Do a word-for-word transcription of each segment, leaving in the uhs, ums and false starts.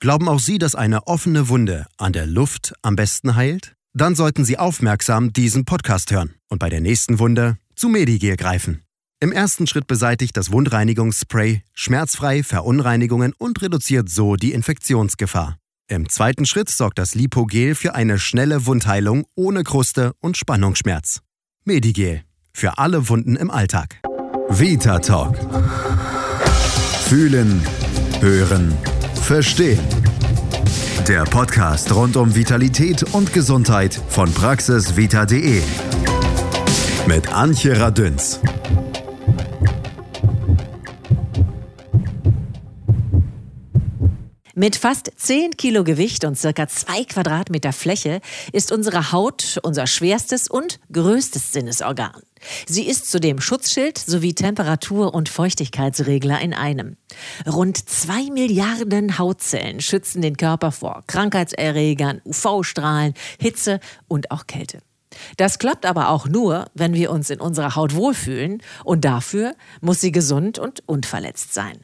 Glauben auch Sie, dass eine offene Wunde an der Luft am besten heilt? Dann sollten Sie aufmerksam diesen Podcast hören und bei der nächsten Wunde zu Medigel greifen. Im ersten Schritt beseitigt das Wundreinigungsspray schmerzfrei Verunreinigungen und reduziert so die Infektionsgefahr. Im zweiten Schritt sorgt das Lipogel für eine schnelle Wundheilung ohne Kruste und Spannungsschmerz. Medigel. Für alle Wunden im Alltag. Vita Talk. Fühlen, hören, verstehen. Der Podcast rund um Vitalität und Gesundheit von praxisvita punkt de. Mit Antje Radünz. Mit fast zehn Kilo Gewicht und circa zwei Quadratmeter Fläche ist unsere Haut unser schwerstes und größtes Sinnesorgan. Sie ist zudem Schutzschild sowie Temperatur- und Feuchtigkeitsregler in einem. Rund zwei Milliarden Hautzellen schützen den Körper vor Krankheitserregern, U V-Strahlen, Hitze und auch Kälte. Das klappt aber auch nur, wenn wir uns in unserer Haut wohlfühlen, und dafür muss sie gesund und unverletzt sein.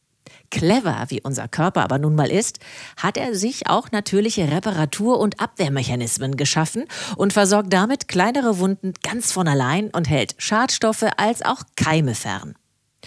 Clever, wie unser Körper aber nun mal ist, hat er sich auch natürliche Reparatur- und Abwehrmechanismen geschaffen und versorgt damit kleinere Wunden ganz von allein und hält Schadstoffe als auch Keime fern.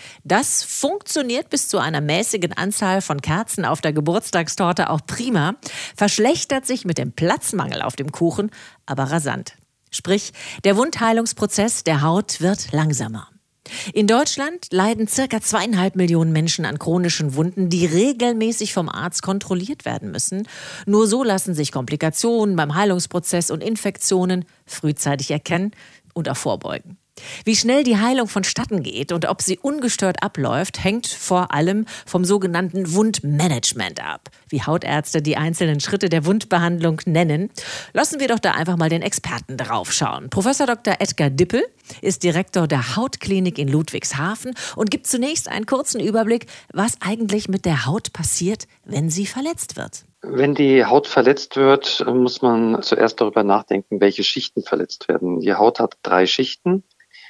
Das funktioniert bis zu einer mäßigen Anzahl von Kerzen auf der Geburtstagstorte auch prima, verschlechtert sich mit dem Platzmangel auf dem Kuchen aber rasant. Sprich, der Wundheilungsprozess der Haut wird langsamer. In Deutschland leiden circa zweieinhalb Millionen Menschen an chronischen Wunden, die regelmäßig vom Arzt kontrolliert werden müssen. Nur so lassen sich Komplikationen beim Heilungsprozess und Infektionen frühzeitig erkennen und auch vorbeugen. Wie schnell die Heilung vonstatten geht und ob sie ungestört abläuft, hängt vor allem vom sogenannten Wundmanagement ab, wie Hautärzte die einzelnen Schritte der Wundbehandlung nennen. Lassen wir doch da einfach mal den Experten drauf schauen. Professor Doktor Edgar Dippel ist Direktor der Hautklinik in Ludwigshafen und gibt zunächst einen kurzen Überblick, was eigentlich mit der Haut passiert, wenn sie verletzt wird. Wenn die Haut verletzt wird, muss man zuerst darüber nachdenken, welche Schichten verletzt werden. Die Haut hat drei Schichten.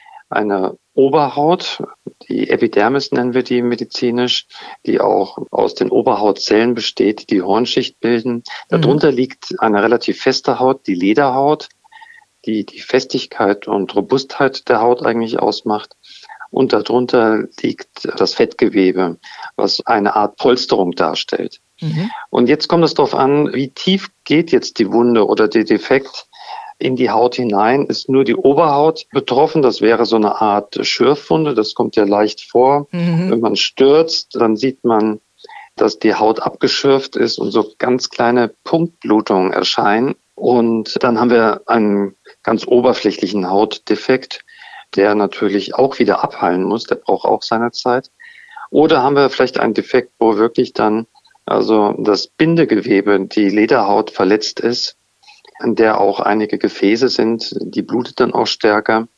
Eine Oberhaut, die Epidermis nennen wir die medizinisch, die auch aus den Oberhautzellen besteht, die die Hornschicht bilden. Darunter mhm. liegt eine relativ feste Haut, die Lederhaut, die die Festigkeit und Robustheit der Haut eigentlich ausmacht. Und darunter liegt das Fettgewebe, was eine Art Polsterung darstellt. Mhm. Und jetzt kommt es darauf an, wie tief geht jetzt die Wunde oder der Defekt in die Haut hinein. Ist nur die Oberhaut betroffen? Das wäre so eine Art Schürfwunde. Das kommt ja leicht vor. Mhm. Wenn man stürzt, dann sieht man, dass die Haut abgeschürft ist und so ganz kleine Punktblutungen erscheinen. Und dann haben wir einen ganz oberflächlichen Hautdefekt, der natürlich auch wieder abheilen muss. Der braucht auch seine Zeit. Oder haben wir vielleicht einen Defekt, wo wirklich dann also das Bindegewebe, die Lederhaut verletzt ist, an der auch einige Gefäße sind, die blutet dann auch stärker.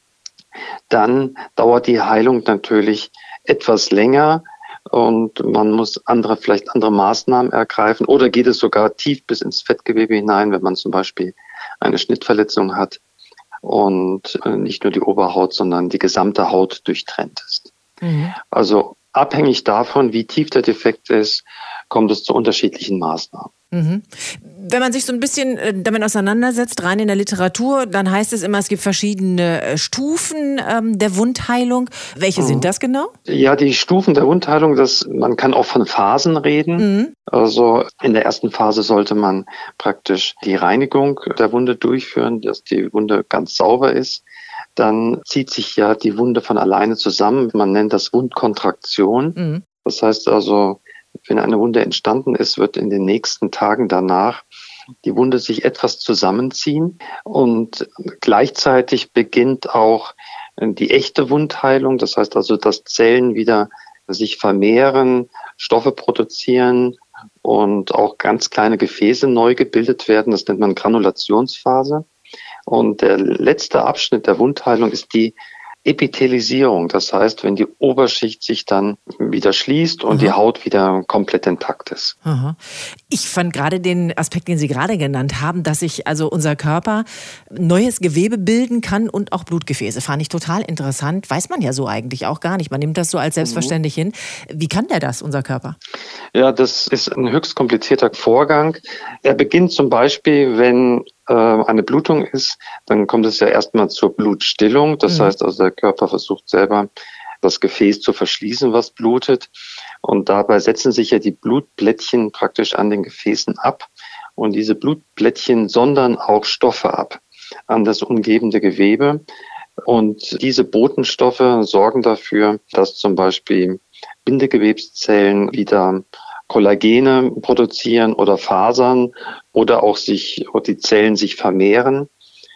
Dann dauert die Heilung natürlich etwas länger und man muss andere, vielleicht andere Maßnahmen ergreifen, oder geht es sogar tief bis ins Fettgewebe hinein, wenn man zum Beispiel eine Schnittverletzung hat und nicht nur die Oberhaut, sondern die gesamte Haut durchtrennt ist. Mhm. Also abhängig davon, wie tief der Defekt ist, kommt es zu unterschiedlichen Maßnahmen. Mhm. Wenn man sich so ein bisschen damit auseinandersetzt, rein in der Literatur, dann heißt es immer, es gibt verschiedene Stufen ähm, der Wundheilung. Welche mhm. sind das genau? Ja, die Stufen der Wundheilung, das, man kann auch von Phasen reden. Mhm. Also in der ersten Phase sollte man praktisch die Reinigung der Wunde durchführen, dass die Wunde ganz sauber ist. Dann zieht sich ja die Wunde von alleine zusammen. Man nennt das Wundkontraktion. Mhm. Das heißt also, wenn eine Wunde entstanden ist, wird in den nächsten Tagen danach die Wunde sich etwas zusammenziehen und gleichzeitig beginnt auch die echte Wundheilung. Das heißt also, dass Zellen wieder sich vermehren, Stoffe produzieren und auch ganz kleine Gefäße neu gebildet werden. Das nennt man Granulationsphase. Und der letzte Abschnitt der Wundheilung ist die Epithelisierung. Das heißt, wenn die Oberschicht sich dann wieder schließt und Aha. die Haut wieder komplett intakt ist. Aha. Ich fand gerade den Aspekt, den Sie gerade genannt haben, dass sich also unser Körper neues Gewebe bilden kann und auch Blutgefäße. Fand ich total interessant. Weiß man ja so eigentlich auch gar nicht. Man nimmt das so als selbstverständlich mhm. hin. Wie kann der das, unser Körper? Ja, das ist ein höchst komplizierter Vorgang. Er beginnt zum Beispiel, wenn äh, eine Blutung ist, dann kommt es ja erstmal zur Blutstillung. Das mhm. heißt also, der Körper versucht selber, das Gefäß zu verschließen, was blutet. Und dabei setzen sich ja die Blutplättchen praktisch an den Gefäßen ab. Und diese Blutplättchen sondern auch Stoffe ab an das umgebende Gewebe. Und diese Botenstoffe sorgen dafür, dass zum Beispiel Bindegewebszellen wieder Kollagene produzieren oder Fasern oder auch sich, oder die Zellen sich vermehren.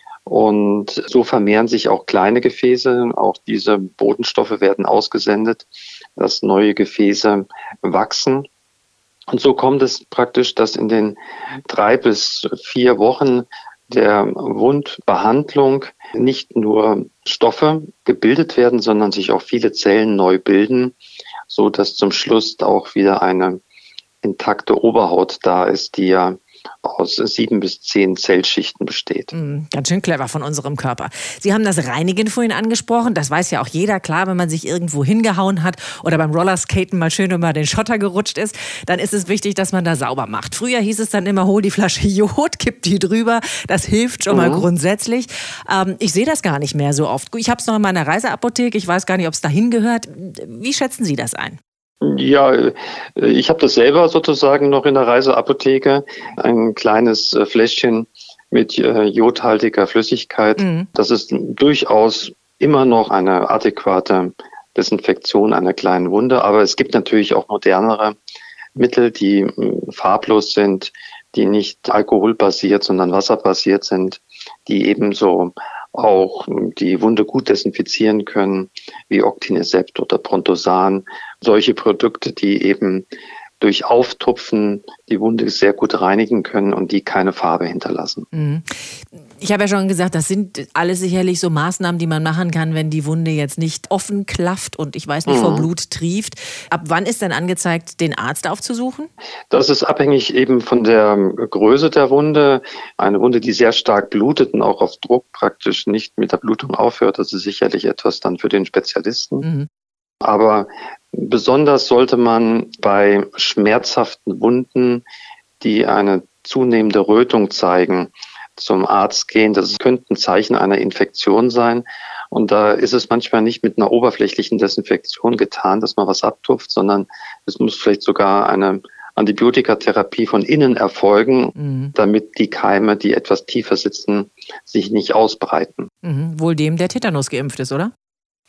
Und so vermehren sich auch kleine Gefäße. Auch diese Botenstoffe werden ausgesendet, dass neue Gefäße wachsen. Und so kommt es praktisch, dass in den drei bis vier Wochen der Wundbehandlung nicht nur Stoffe gebildet werden, sondern sich auch viele Zellen neu bilden, so dass zum Schluss auch wieder eine intakte Oberhaut da ist, die ja aus sieben bis zehn Zellschichten besteht. Mm, ganz schön clever von unserem Körper. Sie haben das Reinigen vorhin angesprochen. Das weiß ja auch jeder. Klar, wenn man sich irgendwo hingehauen hat oder beim Rollerskaten mal schön über den Schotter gerutscht ist, dann ist es wichtig, dass man da sauber macht. Früher hieß es dann immer, hol die Flasche Jod, kipp die drüber. Das hilft schon mhm. mal grundsätzlich. Ähm, ich sehe das gar nicht mehr so oft. Ich habe es noch in meiner Reiseapotheke. Ich weiß gar nicht, ob es dahin gehört. Wie schätzen Sie das ein? Ja, ich habe das selber sozusagen noch in der Reiseapotheke, ein kleines Fläschchen mit jodhaltiger Flüssigkeit. Mhm. Das ist durchaus immer noch eine adäquate Desinfektion einer kleinen Wunde, aber es gibt natürlich auch modernere Mittel, die farblos sind, die nicht alkoholbasiert, sondern wasserbasiert sind, die ebenso auch die Wunde gut desinfizieren können, wie Octinisept oder Prontosan. Solche Produkte, die eben durch Auftupfen die Wunde sehr gut reinigen können und die keine Farbe hinterlassen. Ich habe ja schon gesagt, das sind alles sicherlich so Maßnahmen, die man machen kann, wenn die Wunde jetzt nicht offen klafft und ich weiß nicht, mhm. vor Blut trieft. Ab wann ist denn angezeigt, den Arzt aufzusuchen? Das ist abhängig eben von der Größe der Wunde. Eine Wunde, die sehr stark blutet und auch auf Druck praktisch nicht mit der Blutung aufhört, das ist sicherlich etwas dann für den Spezialisten. Mhm. Aber besonders sollte man bei schmerzhaften Wunden, die eine zunehmende Rötung zeigen, zum Arzt gehen. Das könnte ein Zeichen einer Infektion sein. Und da ist es manchmal nicht mit einer oberflächlichen Desinfektion getan, dass man was abtupft, sondern es muss vielleicht sogar eine Antibiotikatherapie von innen erfolgen, mhm. damit die Keime, die etwas tiefer sitzen, sich nicht ausbreiten. Mhm. Wohl dem, der Tetanus geimpft ist, oder?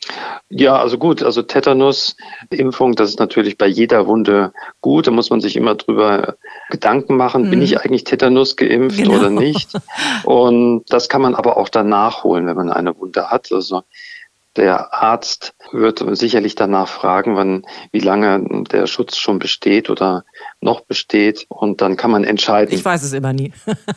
Ja, also gut, also Tetanus-Impfung, das ist natürlich bei jeder Wunde gut. Da muss man sich immer drüber Gedanken machen, mhm. bin ich eigentlich Tetanus geimpft genau. oder nicht? Und das kann man aber auch dann nachholen, wenn man eine Wunde hat. Also der Arzt wird sicherlich danach fragen, wann, wie lange der Schutz schon besteht oder noch besteht. Und dann kann man entscheiden. Ich weiß es immer nie.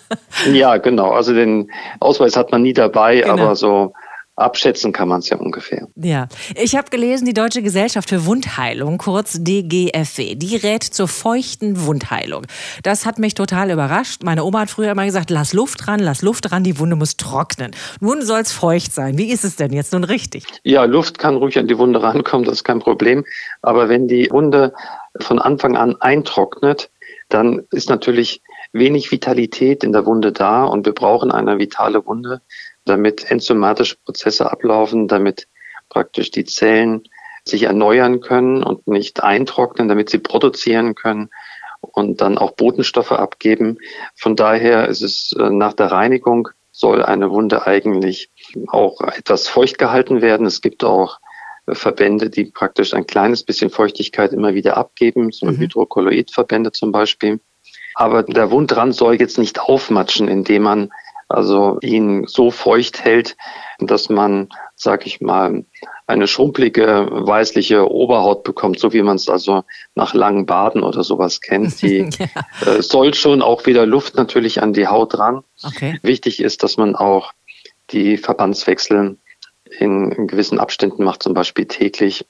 Ja, genau. Also den Ausweis hat man nie dabei, genau. aber so abschätzen kann man es ja ungefähr. Ja, ich habe gelesen, die Deutsche Gesellschaft für Wundheilung, kurz D G F W, die rät zur feuchten Wundheilung. Das hat mich total überrascht. Meine Oma hat früher immer gesagt, lass Luft ran, lass Luft ran, die Wunde muss trocknen. Nun soll es feucht sein. Wie ist es denn jetzt nun richtig? Ja, Luft kann ruhig an die Wunde rankommen, das ist kein Problem. Aber wenn die Wunde von Anfang an eintrocknet, dann ist natürlich wenig Vitalität in der Wunde da und wir brauchen eine vitale Wunde, damit enzymatische Prozesse ablaufen, damit praktisch die Zellen sich erneuern können und nicht eintrocknen, damit sie produzieren können und dann auch Botenstoffe abgeben. Von daher ist es nach der Reinigung, soll eine Wunde eigentlich auch etwas feucht gehalten werden. Es gibt auch Verbände, die praktisch ein kleines bisschen Feuchtigkeit immer wieder abgeben, so mhm. Hydrokolloidverbände zum Beispiel. Aber der Wundrand soll jetzt nicht aufmatschen, indem man also ihn so feucht hält, dass man, sag ich mal, eine schrumpelige, weißliche Oberhaut bekommt, so wie man es also nach langen Baden oder sowas kennt. Die ja. äh, soll schon auch wieder Luft natürlich an die Haut ran. Okay. Wichtig ist, dass man auch die Verbandswechsel in gewissen Abständen macht, zum Beispiel täglich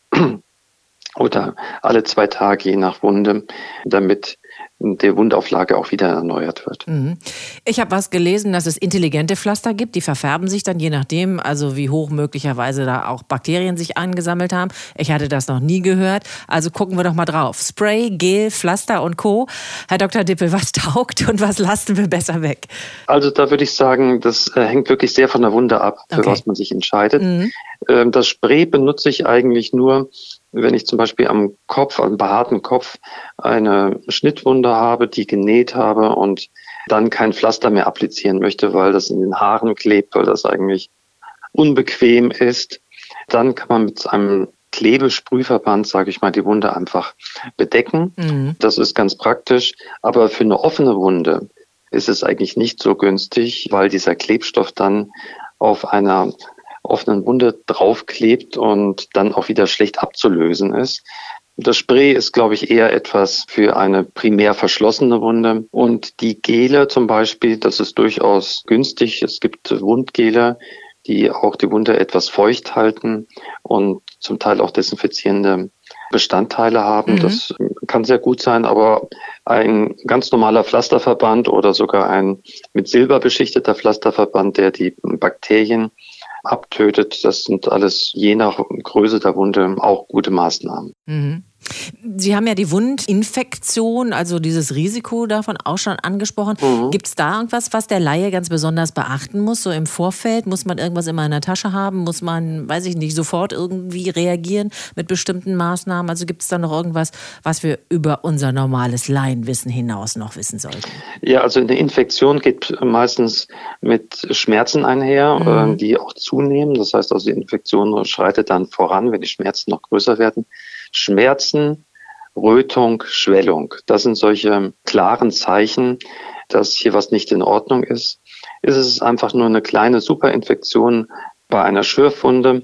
oder alle zwei Tage je nach Wunde, damit die Wundauflage auch wieder erneuert wird. Ich habe was gelesen, dass es intelligente Pflaster gibt, die verfärben sich dann je nachdem, also wie hoch möglicherweise da auch Bakterien sich angesammelt haben. Ich hatte das noch nie gehört, also gucken wir doch mal drauf. Spray, Gel, Pflaster und Co. Herr Doktor Dippel, was taugt und was lassen wir besser weg? Also da würde ich sagen, das äh, hängt wirklich sehr von der Wunde ab, für Okay. was man sich entscheidet. Mhm. Ähm, das Spray benutze ich eigentlich nur, wenn ich zum Beispiel am Kopf, am behaarten Kopf, eine Schnittwunde habe, die genäht habe und dann kein Pflaster mehr applizieren möchte, weil das in den Haaren klebt, weil das eigentlich unbequem ist. Dann kann man mit einem Klebesprühverband, sage ich mal, die Wunde einfach bedecken. Mhm. Das ist ganz praktisch. Aber für eine offene Wunde ist es eigentlich nicht so günstig, weil dieser Klebstoff dann auf einer offenen Wunde draufklebt und dann auch wieder schlecht abzulösen ist. Das Spray ist, glaube ich, eher etwas für eine primär verschlossene Wunde. Und die Gele zum Beispiel, das ist durchaus günstig. Es gibt Wundgele, die auch die Wunde etwas feucht halten und zum Teil auch desinfizierende Bestandteile haben. Mhm. Das kann sehr gut sein, aber ein ganz normaler Pflasterverband oder sogar ein mit Silber beschichteter Pflasterverband, der die Bakterien abtötet, das sind alles je nach Größe der Wunde auch gute Maßnahmen. Mhm. Sie haben ja die Wundinfektion, also dieses Risiko davon auch schon angesprochen. Mhm. Gibt es da irgendwas, was der Laie ganz besonders beachten muss, so im Vorfeld? Muss man irgendwas immer in der Tasche haben? Muss man, weiß ich nicht, sofort irgendwie reagieren mit bestimmten Maßnahmen? Also gibt es da noch irgendwas, was wir über unser normales Laienwissen hinaus noch wissen sollten? Ja, also eine Infektion geht meistens mit Schmerzen einher, mhm. die auch zunehmen. Das heißt also, die Infektion schreitet dann voran, wenn die Schmerzen noch größer werden. Schmerzen, Rötung, Schwellung. Das sind solche klaren Zeichen, dass hier was nicht in Ordnung ist. Ist es einfach nur eine kleine Superinfektion bei einer Schürfwunde,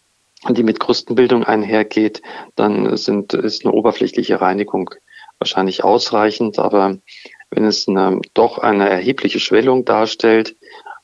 die mit Krustenbildung einhergeht, dann sind, ist eine oberflächliche Reinigung wahrscheinlich ausreichend. Aber wenn es eine, doch eine erhebliche Schwellung darstellt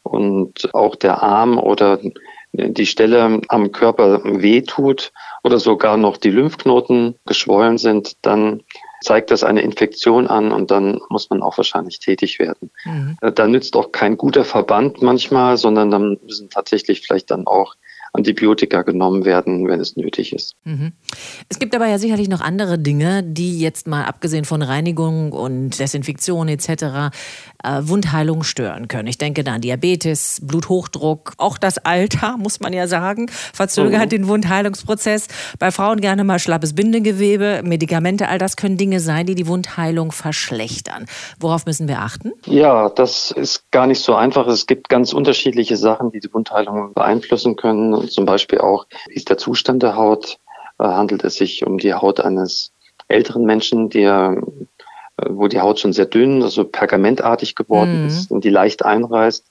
und auch der Arm oder die Stelle am Körper wehtut oder sogar noch die Lymphknoten geschwollen sind, dann zeigt das eine Infektion an und dann muss man auch wahrscheinlich tätig werden. Mhm. Da nützt auch kein guter Verband manchmal, sondern dann müssen tatsächlich vielleicht dann auch Antibiotika genommen werden, wenn es nötig ist. Mhm. Es gibt aber ja sicherlich noch andere Dinge, die jetzt mal abgesehen von Reinigung und Desinfektion et cetera äh, Wundheilung stören können. Ich denke da an Diabetes, Bluthochdruck, auch das Alter, muss man ja sagen, verzögert mhm. den Wundheilungsprozess. Bei Frauen gerne mal schlappes Bindegewebe, Medikamente, all das können Dinge sein, die die Wundheilung verschlechtern. Worauf müssen wir achten? Ja, das ist gar nicht so einfach. Es gibt ganz unterschiedliche Sachen, die die Wundheilung beeinflussen können. Zum Beispiel auch, wie ist der Zustand der Haut? Äh, handelt es sich um die Haut eines älteren Menschen, der, äh, wo die Haut schon sehr dünn, also pergamentartig geworden mhm. ist und die leicht einreißt?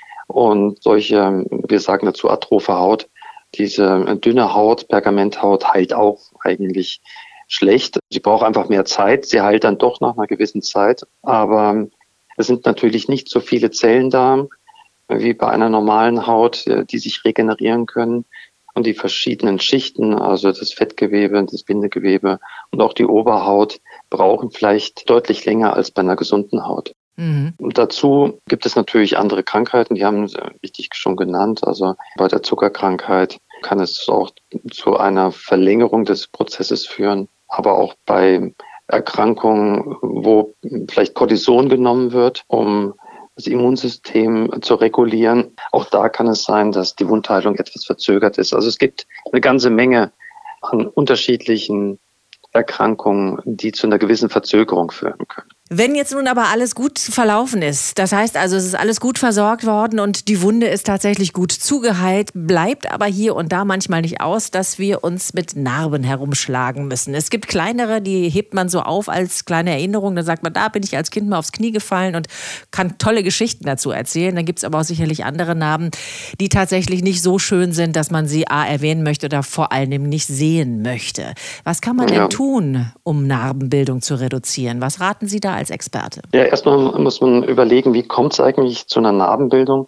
Und solche, wir sagen dazu atrophe Haut, diese dünne Haut, Pergamenthaut heilt auch eigentlich schlecht. Sie braucht einfach mehr Zeit. Sie heilt dann doch nach einer gewissen Zeit. Aber es sind natürlich nicht so viele Zellen da, wie bei einer normalen Haut, die sich regenerieren können. Und die verschiedenen Schichten, also das Fettgewebe, das Bindegewebe und auch die Oberhaut, brauchen vielleicht deutlich länger als bei einer gesunden Haut. Mhm. Und dazu gibt es natürlich andere Krankheiten, die haben Sie richtig schon genannt. Also bei der Zuckerkrankheit kann es auch zu einer Verlängerung des Prozesses führen, aber auch bei Erkrankungen, wo vielleicht Cortison genommen wird, um das Immunsystem zu regulieren. Auch da kann es sein, dass die Wundheilung etwas verzögert ist. Also es gibt eine ganze Menge an unterschiedlichen Erkrankungen, die zu einer gewissen Verzögerung führen können. Wenn jetzt nun aber alles gut verlaufen ist, das heißt also, es ist alles gut versorgt worden und die Wunde ist tatsächlich gut zugeheilt, bleibt aber hier und da manchmal nicht aus, dass wir uns mit Narben herumschlagen müssen. Es gibt kleinere, die hebt man so auf als kleine Erinnerung. Da sagt man, da bin ich als Kind mal aufs Knie gefallen und kann tolle Geschichten dazu erzählen. Dann gibt es aber auch sicherlich andere Narben, die tatsächlich nicht so schön sind, dass man sie a erwähnen möchte oder vor allem nicht sehen möchte. Was kann man ja. denn tun, um Narbenbildung zu reduzieren? Was raten Sie da als Experte? Ja, erstmal muss man überlegen, wie kommt es eigentlich zu einer Narbenbildung?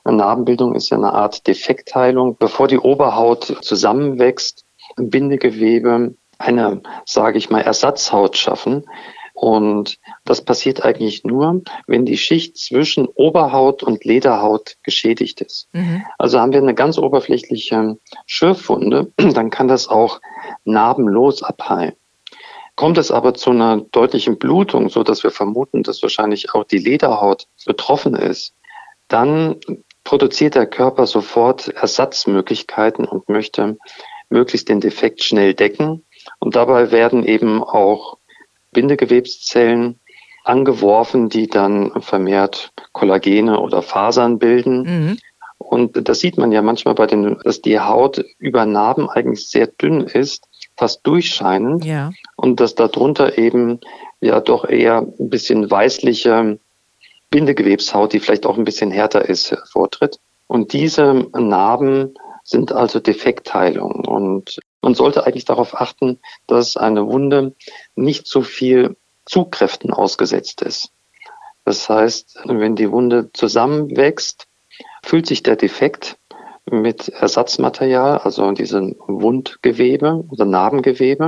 Eine Narbenbildung ist ja eine Art Defektheilung. Bevor die Oberhaut zusammenwächst, Bindegewebe eine, sage ich mal, Ersatzhaut schaffen. Und das passiert eigentlich nur, wenn die Schicht zwischen Oberhaut und Lederhaut geschädigt ist. Mhm. Also haben wir eine ganz oberflächliche Schürfwunde, dann kann das auch narbenlos abheilen. Kommt es aber zu einer deutlichen Blutung, so dass wir vermuten, dass wahrscheinlich auch die Lederhaut betroffen ist, dann produziert der Körper sofort Ersatzmöglichkeiten und möchte möglichst den Defekt schnell decken. Und dabei werden eben auch Bindegewebszellen angeworfen, die dann vermehrt Kollagene oder Fasern bilden. Mhm. Und das sieht man ja manchmal bei den, dass die Haut über Narben eigentlich sehr dünn ist, fast durchscheinend. Ja. Und dass darunter eben ja doch eher ein bisschen weißliche Bindegewebshaut, die vielleicht auch ein bisschen härter ist, hervortritt. Und diese Narben sind also Defektheilung. Und man sollte eigentlich darauf achten, dass eine Wunde nicht so viel Zugkräften ausgesetzt ist. Das heißt, wenn die Wunde zusammenwächst, füllt sich der Defekt mit Ersatzmaterial, also diesem Wundgewebe oder Narbengewebe.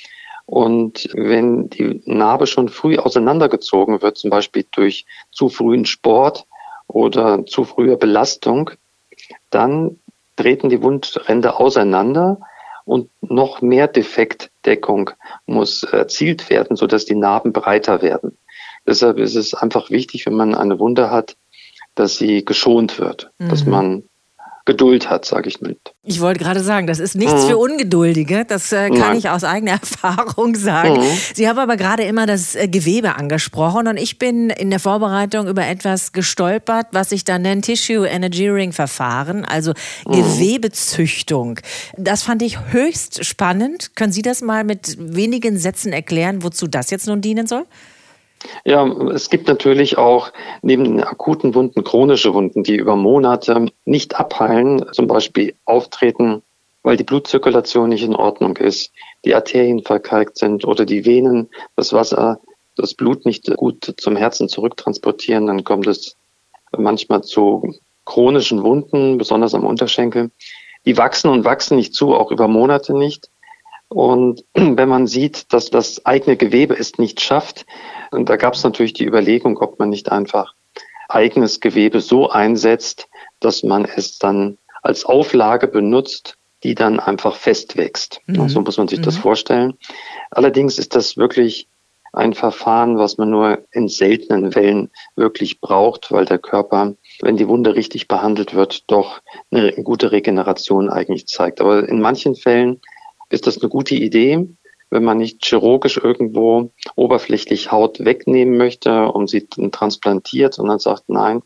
Und wenn die Narbe schon früh auseinandergezogen wird, zum Beispiel durch zu frühen Sport oder zu frühe Belastung, dann treten die Wundränder auseinander und noch mehr Defektdeckung muss erzielt werden, sodass die Narben breiter werden. Deshalb ist es einfach wichtig, wenn man eine Wunde hat, dass sie geschont wird, mhm. dass man Geduld hat, sage ich mit. Ich wollte gerade sagen, das ist nichts mhm. für Ungeduldige. Das äh, kann Nein. ich aus eigener Erfahrung sagen. Mhm. Sie haben aber gerade immer das äh, Gewebe angesprochen und ich bin in der Vorbereitung über etwas gestolpert, was sich da nennt Tissue Engineering Verfahren, also mhm. Gewebezüchtung. Das fand ich höchst spannend. Können Sie das mal mit wenigen Sätzen erklären, wozu das jetzt nun dienen soll? Ja, es gibt natürlich auch neben den akuten Wunden chronische Wunden, die über Monate nicht abheilen, zum Beispiel auftreten, weil die Blutzirkulation nicht in Ordnung ist, die Arterien verkalkt sind oder die Venen das Wasser, das Blut nicht gut zum Herzen zurücktransportieren. Dann kommt es manchmal zu chronischen Wunden, besonders am Unterschenkel. Die wachsen und wachsen nicht zu, auch über Monate nicht. Und wenn man sieht, dass das eigene Gewebe es nicht schafft, und da gab es natürlich die Überlegung, ob man nicht einfach eigenes Gewebe so einsetzt, dass man es dann als Auflage benutzt, die dann einfach festwächst. Mhm. So muss man sich mhm. das vorstellen. Allerdings ist das wirklich ein Verfahren, was man nur in seltenen Fällen wirklich braucht, weil der Körper, wenn die Wunde richtig behandelt wird, doch eine gute Regeneration eigentlich zeigt. Aber in manchen Fällen ist das eine gute Idee, wenn man nicht chirurgisch irgendwo oberflächlich Haut wegnehmen möchte und sie transplantiert, sondern sagt, nein,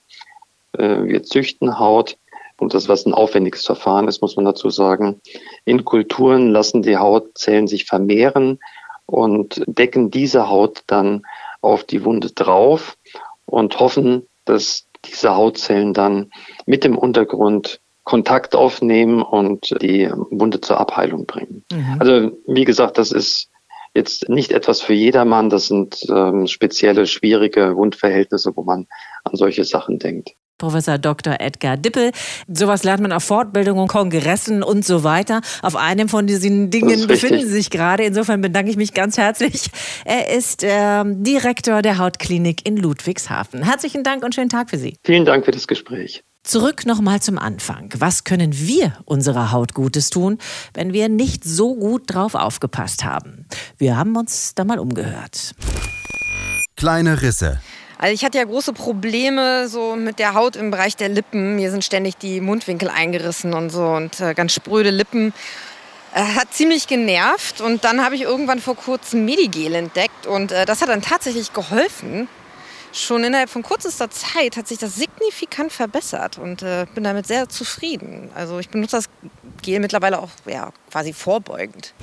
wir züchten Haut. Und das, was ein aufwendiges Verfahren ist, muss man dazu sagen. In Kulturen lassen die Hautzellen sich vermehren und decken diese Haut dann auf die Wunde drauf und hoffen, dass diese Hautzellen dann mit dem Untergrund Kontakt aufnehmen und die Wunde zur Abheilung bringen. Mhm. Also wie gesagt, das ist jetzt nicht etwas für jedermann. Das sind ähm, spezielle, schwierige Wundverhältnisse, wo man an solche Sachen denkt. Professor Doktor Edgar Dippel. Sowas lernt man auf Fortbildungen, Kongressen und so weiter. Auf einem von diesen Dingen befinden Sie sich gerade. Insofern bedanke ich mich ganz herzlich. Er ist ähm, Direktor der Hautklinik in Ludwigshafen. Herzlichen Dank und schönen Tag für Sie. Vielen Dank für das Gespräch. Zurück nochmal zum Anfang. Was können wir unserer Haut Gutes tun, wenn wir nicht so gut drauf aufgepasst haben? Wir haben uns da mal umgehört. Kleine Risse. Also ich hatte ja große Probleme so mit der Haut im Bereich der Lippen. Mir sind ständig die Mundwinkel eingerissen und so und äh, ganz spröde Lippen. Äh, hat ziemlich genervt und dann habe ich irgendwann vor kurzem Medigel entdeckt und äh, das hat dann tatsächlich geholfen. Schon innerhalb von kürzester Zeit hat sich das signifikant verbessert und äh, bin damit sehr zufrieden. Also ich benutze das Gel mittlerweile auch ja, quasi vorbeugend.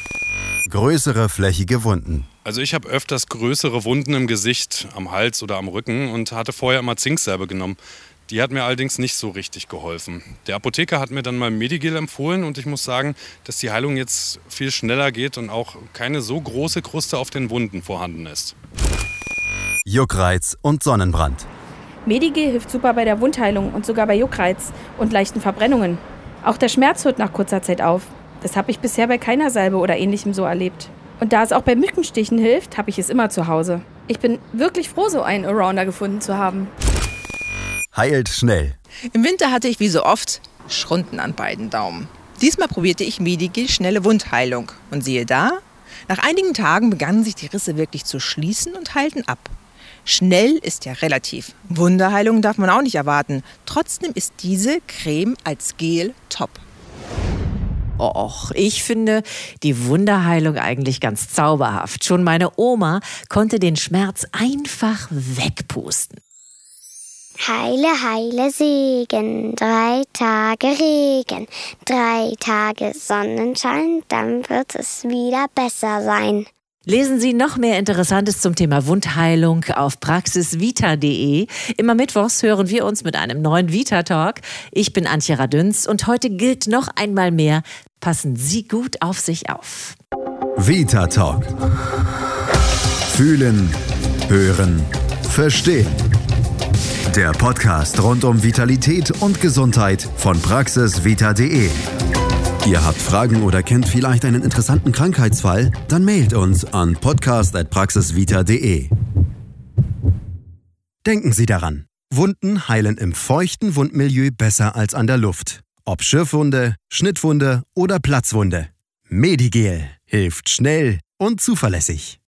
Größere flächige Wunden. Also ich habe öfters größere Wunden im Gesicht, am Hals oder am Rücken und hatte vorher immer Zinksalbe genommen. Die hat mir allerdings nicht so richtig geholfen. Der Apotheker hat mir dann mal Medigel empfohlen und ich muss sagen, dass die Heilung jetzt viel schneller geht und auch keine so große Kruste auf den Wunden vorhanden ist. Juckreiz und Sonnenbrand. Medigel hilft super bei der Wundheilung und sogar bei Juckreiz und leichten Verbrennungen. Auch der Schmerz hört nach kurzer Zeit auf. Das habe ich bisher bei keiner Salbe oder Ähnlichem so erlebt. Und da es auch bei Mückenstichen hilft, habe ich es immer zu Hause. Ich bin wirklich froh, so einen Arounder gefunden zu haben. Heilt schnell. Im Winter hatte ich wie so oft Schrunden an beiden Daumen. Diesmal probierte ich Medigel schnelle Wundheilung. Und siehe da, nach einigen Tagen begannen sich die Risse wirklich zu schließen und heilten ab. Schnell ist ja relativ. Wunderheilung darf man auch nicht erwarten. Trotzdem ist diese Creme als Gel top. Och, ich finde die Wunderheilung eigentlich ganz zauberhaft. Schon meine Oma konnte den Schmerz einfach wegpusten. Heile, heile Segen, drei Tage Regen, drei Tage Sonnenschein, dann wird es wieder besser sein. Lesen Sie noch mehr Interessantes zum Thema Wundheilung auf praxisvita punkt de. Immer mittwochs hören wir uns mit einem neuen Vita-Talk. Ich bin Antje Radünz und heute gilt noch einmal mehr, passen Sie gut auf sich auf. Vita Talk. Fühlen, hören, verstehen. Der Podcast rund um Vitalität und Gesundheit von praxisvita punkt de. Ihr habt Fragen oder kennt vielleicht einen interessanten Krankheitsfall? Dann mailt uns an podcast at praxisvita punkt de. Denken Sie daran, Wunden heilen im feuchten Wundmilieu besser als an der Luft. Ob Schürfwunde, Schnittwunde oder Platzwunde. Medigel hilft schnell und zuverlässig.